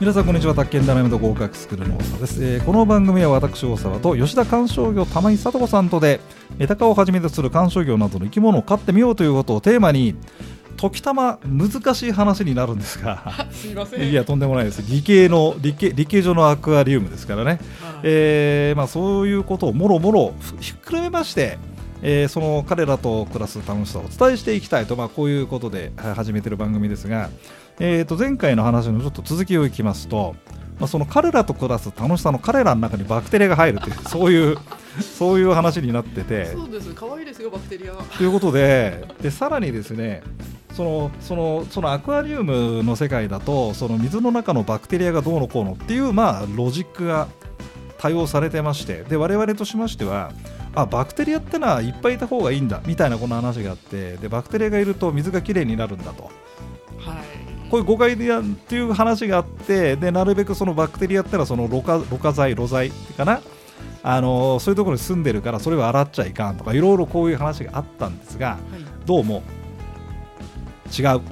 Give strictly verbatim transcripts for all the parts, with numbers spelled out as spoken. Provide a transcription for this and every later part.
皆さんこんにちは。宅建ダイヤモンド合格スクールの大沢です、えー、この番組は私大沢と吉田観賞魚玉井聡子さんとでメダカをはじめとする観賞魚などの生き物を飼ってみようということをテーマに時たま難しい話になるんですがすいません。 いやとんでもないです。理系の理系理系上のアクアリウムですからね、えーまあ、そういうことをもろもろひっくるめまして、えー、その彼らと暮らす楽しさをお伝えしていきたいと、まあ、こういうことで始めている番組ですが、えー、と前回の話のちょっと続きをいきますと、まあ、その彼らと暮らす楽しさの彼らの中にバクテリアが入るというそういうそういう話になってて、 そうです。可愛いですよバクテリアということで、でさらにですねそのそのそのアクアリウムの世界だとその水の中のバクテリアがどうのこうのっていう、まあ、ロジックが多用されてまして、で我々としましてはあバクテリアってのはいっぱいいた方がいいんだみたいなこの話があって、でバクテリアがいると水がきれいになるんだと、 はい、 こういう誤解でやっていう話があって、でなるべくそのバクテリアってのはそのろ過、ろ過剤露剤かな、あのそういうところに住んでるからそれは洗っちゃいかんとかいろいろこういう話があったんですが、はい、どうも違う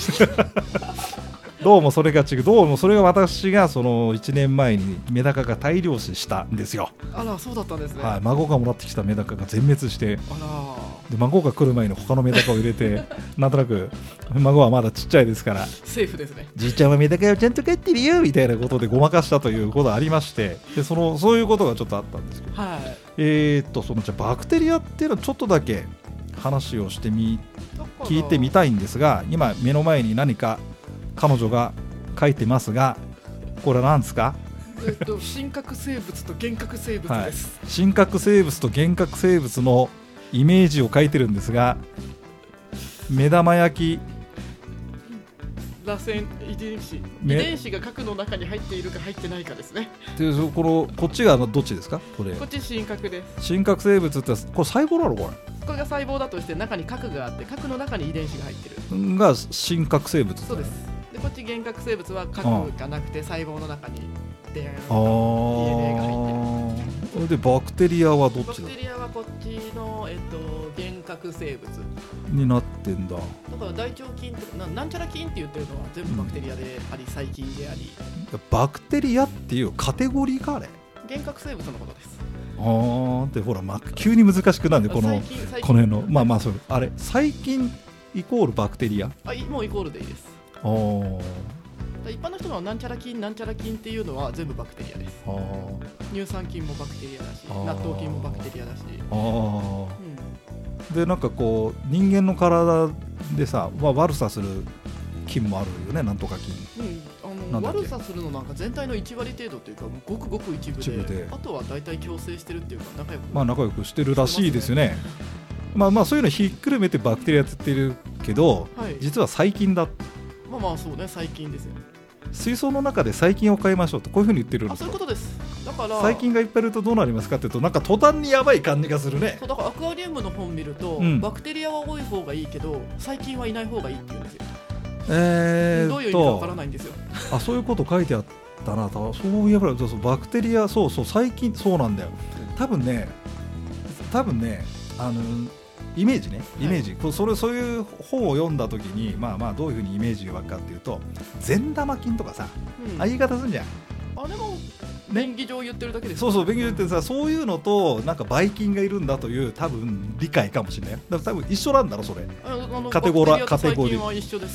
どうもそれが違うどうもそれが私がそのいちねんまえにメダカが大量死したんですよ。 あらそうだったんですね、 はい、孫がもらってきたメダカが全滅して、 あらで孫が来る前に他のメダカを入れてなんとなく孫はまだちっちゃいですからセーフですね、 じいちゃんはメダカをちゃんと飼ってるよみたいなことでごまかしたということがありまして、でそのそういうことがちょっとあったんですけど、 はい、 えー、っとそのじゃバクテリアっていうのはちょっとだけ話をしてみ聞いてみたいんですが、今目の前に何か彼女が書いてますが、これは何ですか？ えっと真核生物と原核生物です、 はい、真核生物と原核生物のイメージを書いてるんですが、目玉焼き螺旋遺伝子遺伝子が核の中に入っているか入ってないかですね。 でこのこっちがどっちですか？これこっち真核です。 真核生物ってこれ細胞なの？これこれが細胞だとして中に核があって核の中に遺伝子が入ってるが真核生物、ね、 そうです。でこっち原核生物は核がなくて細胞の中にディーエヌエー が入ってる。 でバクテリアはどっちだ？ バクテリアはこっちの、えっと、原核生物になってんだ。だから大腸菌とか な, なんちゃら菌って言ってるのは全部バクテリアであり、うん、細菌であり、 バクテリアっていうカテゴリーかあれ？ 原核生物のことです。 あでほら、ま、急に難しくなるんでこのこの辺のまあまあそれあれ細菌イコールバクテリア？あもうイコールでいいです。あ一般の人のなんちゃら菌なんちゃら菌っていうのは全部バクテリアです。あ乳酸菌もバクテリアだし納豆菌もバクテリアだし、あ、 うん、でなんかこう人間の体でさ、まあ、悪さする菌もあるよね、なんとか菌、 うん、あの悪さするのなんか全体のいちわり程度というかごくごく一部 で, 一部であとは大体共生してるっていうか仲良く、 まあ、仲良くしてるらしいですよね。まあまあそういうのひっくるめてバクテリアって言ってるけど、はい、実は細菌だ。 まあまあそうね、細菌ですよね。 水槽の中で細菌を飼いましょうとこういうふうに言ってるんですか？ あそういうことです。だから細菌がいっぱいいるとどうなりますかっていうと、なんか途端にやばい感じがするね。 そうだからアクアリウムの本見ると、うん、バクテリアは多い方がいいけど細菌はいない方がいいって言うんですよ。えー、どういう意味かわからないんですよ。 あそういうこと書いてあったな。そういえばバクテリアそうそう細菌そうなんだよ。多分ね多分ねあのイメージねイメージ、はい、それそういう本を読んだ時にまあまあどういうふうにイメージが湧くかっていうと善玉菌とかさ、うん、ああいう言い方するんじゃん。 あれも便宜上言ってるだけです、ね、 そうそう便宜上言ってさ、そういうのとなんかばい菌がいるんだという多分理解かもしれない。だから多分一緒なんだろそれ。 あのカテゴラカテゴリーは一緒です。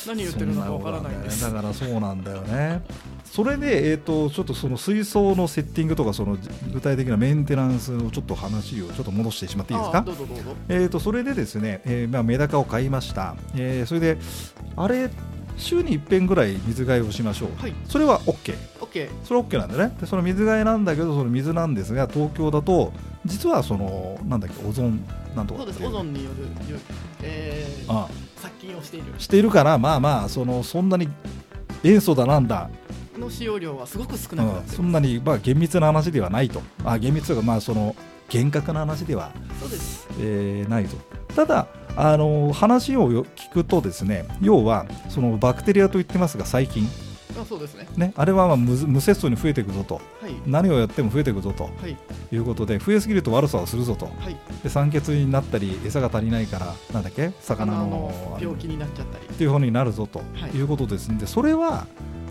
何言ってるのかわからないです。 だからそうなんだよね。それで、えー、とちょっとその水槽のセッティングとかその具体的なメンテナンスのちょっと話をちょっと戻してしまっていいですか？ どうぞどうぞ。 えー、とそれでですね、えーまあ、メダカを買いました、えー、それであれ週にいっぺんぐらい水替えをしましょう、はい、それは OK、 OK、 それは OK なんだね。でその水替えなんだけどその水なんですが東京だと実はそのなんだっけオゾンなんとかそうですオゾンによる、えー、ああ殺菌をしているしているからまあまあそのそんなに塩素だなんだの使用量はすごく少なくなってます、 うん、そんなにまあ厳密な話ではないと。あ厳密というかまあその厳格な話ではそうです、 えー、ないと。ただあの話を聞くとですね、要はそのバクテリアと言ってますが細菌あそうですね、 ね、あれはまあ 無, 無節操に増えていくぞと、はい、何をやっても増えていくぞと、はい、いうことで増えすぎると悪さをするぞと、はい、で酸欠になったり餌が足りないからなんだっけ魚 の, の病気になっちゃったりっていうふうになるぞということですので、それは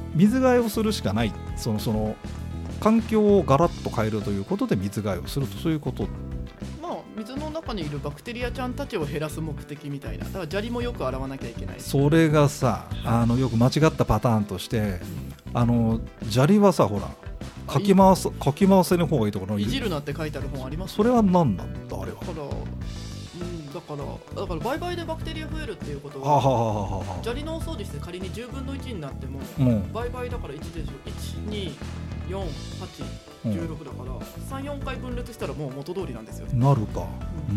水替えをするしかない、そのその環境をガラッと変えるということで水替えをすると、そういうこと。 まあ水の中にいるバクテリアちゃんたちを減らす目的みたいな。だから砂利もよく洗わなきゃいけない。 それがさ、あのよく間違ったパターンとして、あの砂利はさ、ほらかき回すかき回せの方がいいところ、 いじるなって書いてある本あります、ね、 それは何なんだあれは。 だから、うん、だからだから倍々でバクテリア増えるっていうことは、 ははははは砂利のお掃除して仮にじゅうぶんのいちになっても、 うん、 倍々だからいちでしょ。いち、に、よん、はち、じゅうろくだから、うん、さん、よんかい分裂したらもう元通りなんですよね。 なるか、うん、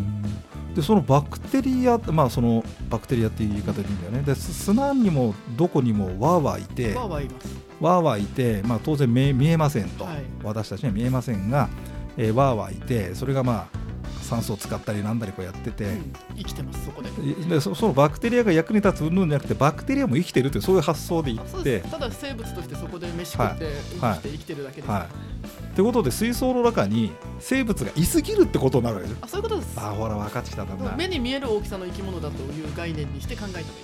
でそのバクテリア、まあそのバクテリアっていう言い方でいいんだよね。で砂にもどこにもワーワーいて、 ワーワーいます。 ワーワーいて、まあ、当然 見, 見えませんと、 はい、 私たちには見えませんが、えー、ワーワーいて、それがまあ酸素を使ったりなんだりこうやってて、うん、 生きてます。そこでで そ, そのバクテリアが役に立つ云々じゃなくて、バクテリアも生きてるという、そういう発想でいって、 ただ生物としてそこで飯食って、はい、生きてるだけです。 はいはいということで、水槽の中に生物がいすぎるってことになるわけです。 あ、そういうことです。 あ、ほら分かってきたんだ。 目に見える大きさの生き物だという概念にして考えてもいいです。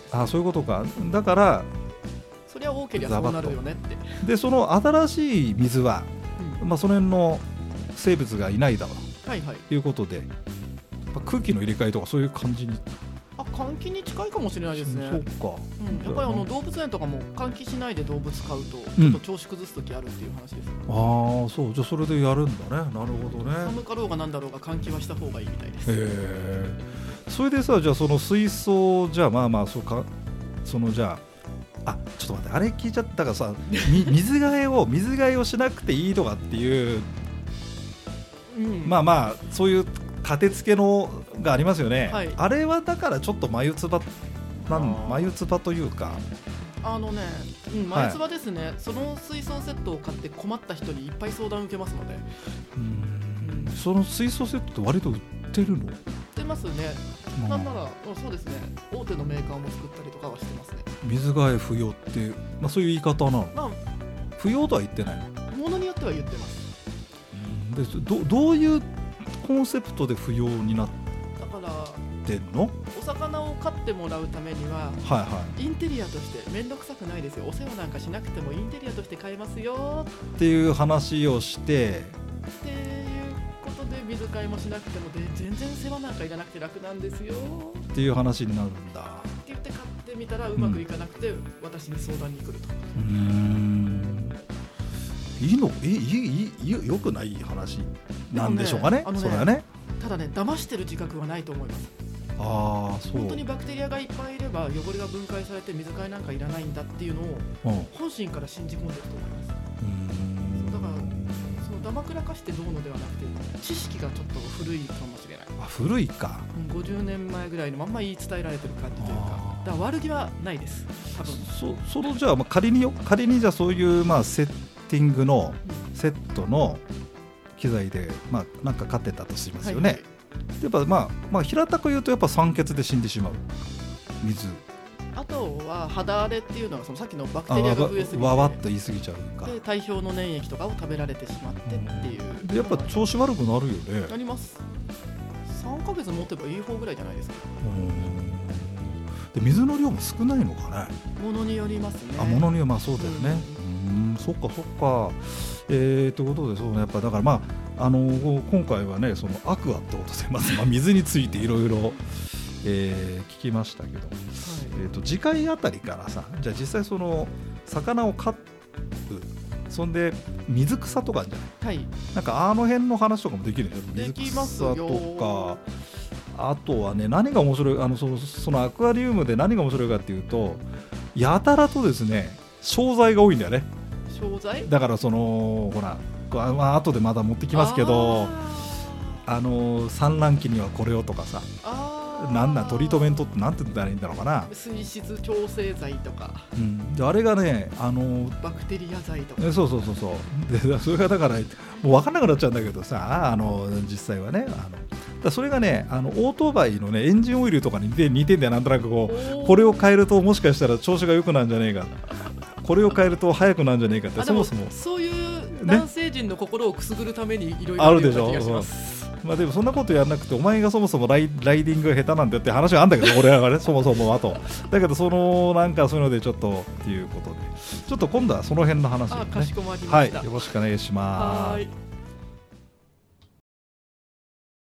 あ、そういうことか。だからそりゃ多ければそうなるよねって。 でその新しい水は、うん、まあ、その辺の生物がいないだろう、はいはい、ということで、空気の入れ替えとかそういう感じに、 あ、換気に近いかもしれないですね。 そうか、 うん、やっぱりあの動物園とかも換気しないで動物飼うとちょっと調子崩すときあるっていう話です、 うん、ああ、そう、じゃあそれでやるんだね。なるほどね。 寒かろうがなんだろうが換気はした方がいいみたいです。 へえ。それでさ、じゃあその水槽、じゃあまあまあそうか、そのじゃああ、ちょっと待って、あれ聞いちゃったからさ水替えを水替えをしなくていいとかっていう、うん、まあまあそういう立て付けのがありますよね、はい、あれはだからちょっと眉唾なん眉唾というか、 あのね、うん、眉唾ですね、はい、その水槽セットを買って困った人にいっぱい相談受けますので。 うーん、うん、その水槽セットって割と売ってるの？売ってますね。なんならそうですね、大手のメーカーも作ったりとかはしてますね。 水替え不要っていう、まあ、そういう言い方なの、まあ、不要とは言ってないの？ ものによっては言ってます。 うん、で ど, どういうコンセプトで不要になってんの？ お魚を飼ってもらうためには、はいはい、インテリアとして面倒くさくないですよ、お世話なんかしなくてもインテリアとして飼えますよっていう話をして、 っていうことで水替えもしなくてもで全然世話なんかいらなくて楽なんですよっていう話になるんだって言って買ってみたらうまくいかなくて、うん、私に相談に来ると。 うーん、いいの？いいいいいよくない話なんでしょうか ね, ね, ねそれはね。 ただね、騙してる自覚はないと思います。 あ、そう。 本当にバクテリアがいっぱいいれば汚れが分解されて水替えなんかいらないんだっていうのを本心から信じ込んでると思います。うーん、だからそのだまくらかしてどうのではなくて、知識がちょっと古いかもしれない。 あ、古いか。 ごじゅうねんまえぐらいのまんま言い伝えられてる感じというか、だから悪気はないです多分。 そ, そのじゃあ、まあ、仮によ仮にじゃあそういう、まあ、セッティングの、うん、セットの機材で、まあ、なんか飼ってたとしますよね、はいはい、やっぱ、まあまあ、平たく言うとやっぱ酸欠で死んでしまう水。あとは肌荒れっていうのはそのさっきのバクテリアが増えすぎてわわっと言い過ぎちゃうかで体表の粘液とかを食べられてしまってっていう、 うん、でやっぱ調子悪くなるよね。 なります。さんかげつ持てばいい方ぐらいじゃないですか。 うん、で水の量も少ないのかね。 ものによりますね。 あ、ものによりまあそうだよね、うん、うん、そっかそっか。えー、ということで、そうね、やっぱだからまああの今回はね、そのアクアってことでまず、まあ、水についていろいろ聞きましたけど、はい、えー、と次回あたりからさ、じゃあ実際その魚を飼う、そんで水草とかあるんじゃない、はい、なんかあの辺の話とかもできるんですよ。水草とか、あとはね、何が面白い、あの そ, そのアクアリウムで何が面白いかっていうと、やたらとですね商材が多いんだよね。 商材だからそのほら、まあ後でまだ持ってきますけど、あの産卵期にはこれをとかさ、あなんだトリートメントってなんて言ったらいいんだろうかな、 水質調整剤とか、 うん、であれがね、あのバクテリア剤とか、 そうそうそうそうで、それがだからもう分かんなくなっちゃうんだけどさ、あの実際はね、あのだそれがね、あのオートバイのねエンジンオイルとかに似て似てんだよ。なんとなくこうこれを変えるともしかしたら調子が良くなるんじゃねえか、これを変えると速くなるんじゃねえかって、そもそもそういう男性陣の心をくすぐるためにいろいろあるでしょ。 まあでもそんなことやらなくて、お前がそもそもライ、ライディングが下手なんだよって話はあるんだけど俺はねそもそもあとだけど、そのなんかそういうのでちょっとっていうことで、ちょっと今度はその辺の話をね、 あ、かしこまりました。 はい、よろしくお願いします。 はい。